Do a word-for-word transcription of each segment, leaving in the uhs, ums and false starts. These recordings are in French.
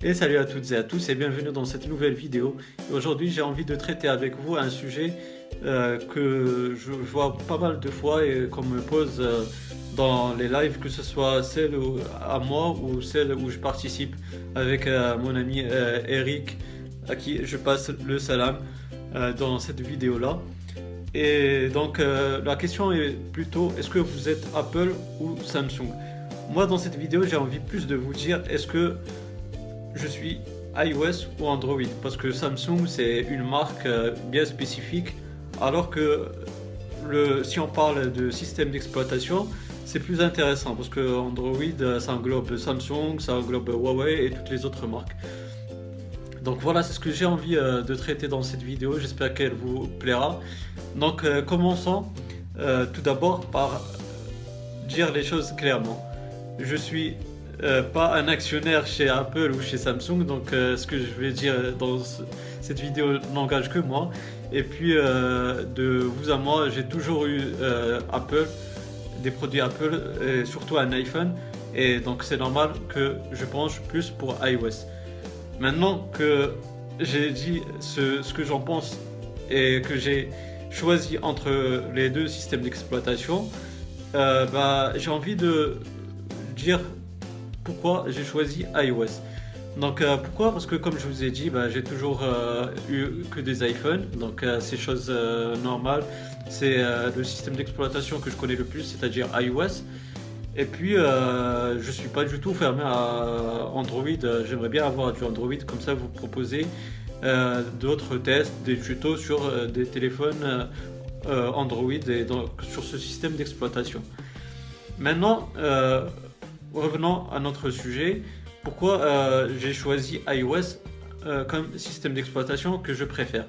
Et salut à toutes et à tous et bienvenue dans cette nouvelle vidéo. Aujourd'hui j'ai envie de traiter avec vous un sujet euh, que je vois pas mal de fois et qu'on me pose euh, dans les lives, que ce soit celle où, à moi ou celle où je participe avec euh, mon ami euh, Eric, à qui je passe le salam euh, dans cette vidéo là. Et donc euh, la question est plutôt, est-ce que vous êtes Apple ou Samsung? Moi dans cette vidéo j'ai envie plus de vous dire, est-ce que je suis iOS ou Android, parce que Samsung c'est une marque euh, bien spécifique, alors que le, si on parle de système d'exploitation, c'est plus intéressant parce que Android euh, ça englobe Samsung, ça englobe Huawei et toutes les autres marques. Donc voilà, c'est ce que j'ai envie euh, de traiter dans cette vidéo, j'espère qu'elle vous plaira. Donc euh, commençons euh, tout d'abord par dire les choses clairement. Je suis Euh, pas un actionnaire chez Apple ou chez Samsung, donc euh, ce que je vais dire dans ce, cette vidéo n'engage que moi. Et puis euh, de vous à moi, j'ai toujours eu euh, Apple, des produits Apple, et surtout un iPhone, et donc c'est normal que je penche plus pour iOS. Maintenant que j'ai dit ce, ce que j'en pense et que j'ai choisi entre les deux systèmes d'exploitation, euh, bah, j'ai envie de dire pourquoi j'ai choisi iOS. Donc euh, pourquoi? Parce que comme je vous ai dit, bah, j'ai toujours euh, eu que des iPhones, donc euh, c'est chose euh, normale, c'est euh, le système d'exploitation que je connais le plus, c'est-à-dire iOS. Et puis euh, je suis pas du tout fermé à Android, j'aimerais bien avoir du Android, comme ça vous proposez euh, d'autres tests, des tutos sur euh, des téléphones euh, Android et donc sur ce système d'exploitation. Maintenant euh, revenons à notre sujet. Pourquoi euh, j'ai choisi iOS euh, comme système d'exploitation que je préfère?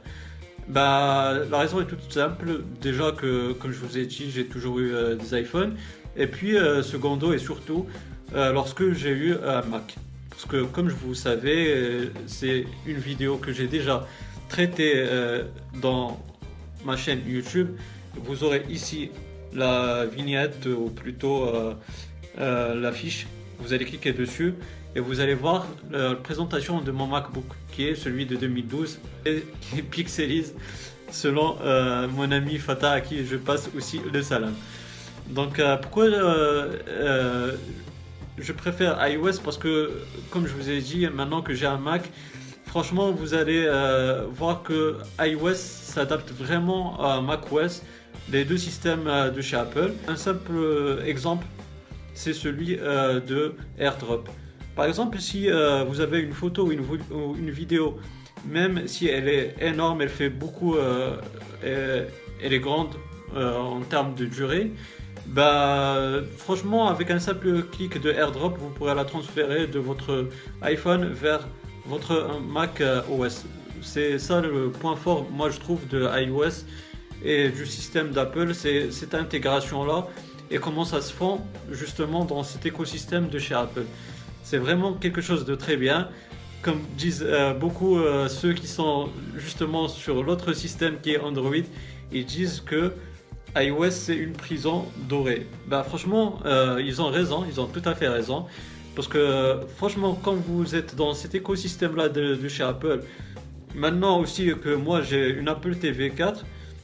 Bah, la raison est toute simple. Déjà que, comme je vous ai dit, j'ai toujours eu euh, des iPhones. Et puis, euh, secondo et surtout, euh, lorsque j'ai eu un Mac. Parce que, comme vous savez, euh, c'est une vidéo que j'ai déjà traitée euh, dans ma chaîne YouTube. Vous aurez ici la vignette, ou plutôt euh, Euh, la fiche, vous allez cliquer dessus et vous allez voir la présentation de mon MacBook qui est celui de deux mille douze et qui pixelise selon euh, mon ami Fatah à qui je passe aussi le salam. Donc euh, pourquoi euh, euh, je préfère iOS? Parce que comme je vous ai dit, maintenant que j'ai un Mac, franchement vous allez euh, voir que iOS s'adapte vraiment à macOS, les deux systèmes euh, de chez Apple. Un simple euh, exemple, c'est celui euh, de AirDrop. Par exemple, si euh, vous avez une photo ou une, ou une vidéo, même si elle est énorme, elle fait beaucoup, euh, elle, elle est grande euh, en termes de durée, bah, franchement, avec un simple clic de AirDrop, vous pourrez la transférer de votre iPhone vers votre Mac O S. C'est ça le point fort, moi je trouve, de iOS et du système d'Apple, c'est cette intégration-là. Et comment ça se fait justement dans cet écosystème de chez Apple. C'est vraiment quelque chose de très bien. Comme disent euh, beaucoup euh, ceux qui sont justement sur l'autre système qui est Android, ils disent que iOS c'est une prison dorée. Bah franchement, euh, ils ont raison, ils ont tout à fait raison. Parce que euh, franchement, quand vous êtes dans cet écosystème là de, de chez Apple, maintenant aussi que moi j'ai une Apple T V quatre,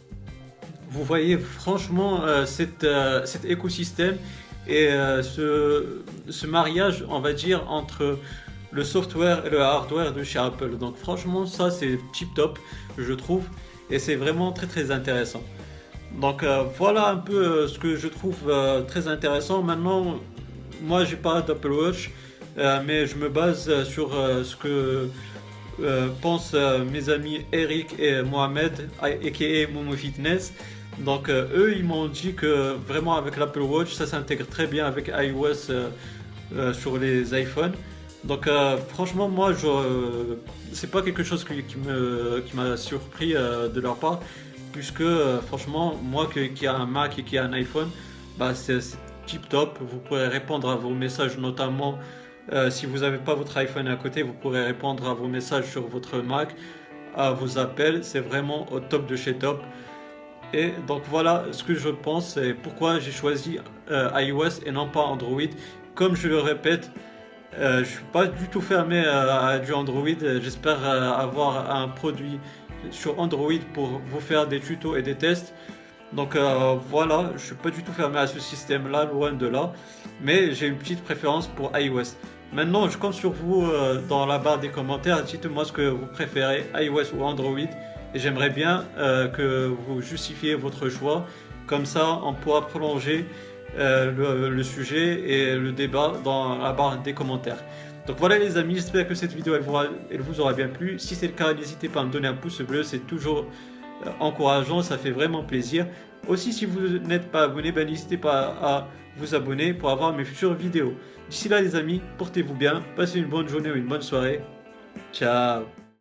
vous voyez franchement euh, cet, euh, cet écosystème et euh, ce, ce mariage, on va dire, entre le software et le hardware de chez Apple. Donc franchement, ça c'est tip top, je trouve, et c'est vraiment très très intéressant. Donc euh, voilà un peu euh, ce que je trouve euh, très intéressant. Maintenant, moi j'ai pas d'Apple Watch, euh, mais je me base sur euh, ce que euh, pensent euh, mes amis Eric et Mohamed, aka Momo Fitness. Donc euh, eux ils m'ont dit que vraiment avec l'Apple Watch ça s'intègre très bien avec iOS euh, euh, sur les iPhones. Donc euh, franchement moi je, euh, c'est pas quelque chose qui, qui me qui m'a surpris euh, de leur part, puisque euh, franchement moi que, qui a un Mac et qui a un iPhone, bah c'est tip top. Vous pourrez répondre à vos messages, notamment euh, si vous n'avez pas votre iPhone à côté, vous pourrez répondre à vos messages sur votre Mac, à vos appels. C'est vraiment au top de chez top. Et donc voilà ce que je pense et pourquoi j'ai choisi euh, iOS et non pas Android. Comme je le répète, Euh, je suis pas du tout fermé à, à du Android. J'espère euh, avoir un produit sur Android pour vous faire des tutos et des tests. Donc euh, voilà, je suis pas du tout fermé à ce système-là, loin de là. Mais j'ai une petite préférence pour iOS. Maintenant, je compte sur vous euh, dans la barre des commentaires. Dites-moi ce que vous préférez, iOS ou Android. Et j'aimerais bien euh, que vous justifiez votre choix. Comme ça, on pourra prolonger euh, le, le sujet et le débat dans la barre des commentaires. Donc voilà les amis, j'espère que cette vidéo elle vous, elle vous aura bien plu. Si c'est le cas, n'hésitez pas à me donner un pouce bleu, c'est toujours euh, encourageant, ça fait vraiment plaisir. Aussi, si vous n'êtes pas abonné, ben, n'hésitez pas à vous abonner pour avoir mes futures vidéos. D'ici là les amis, portez-vous bien, passez une bonne journée ou une bonne soirée. Ciao.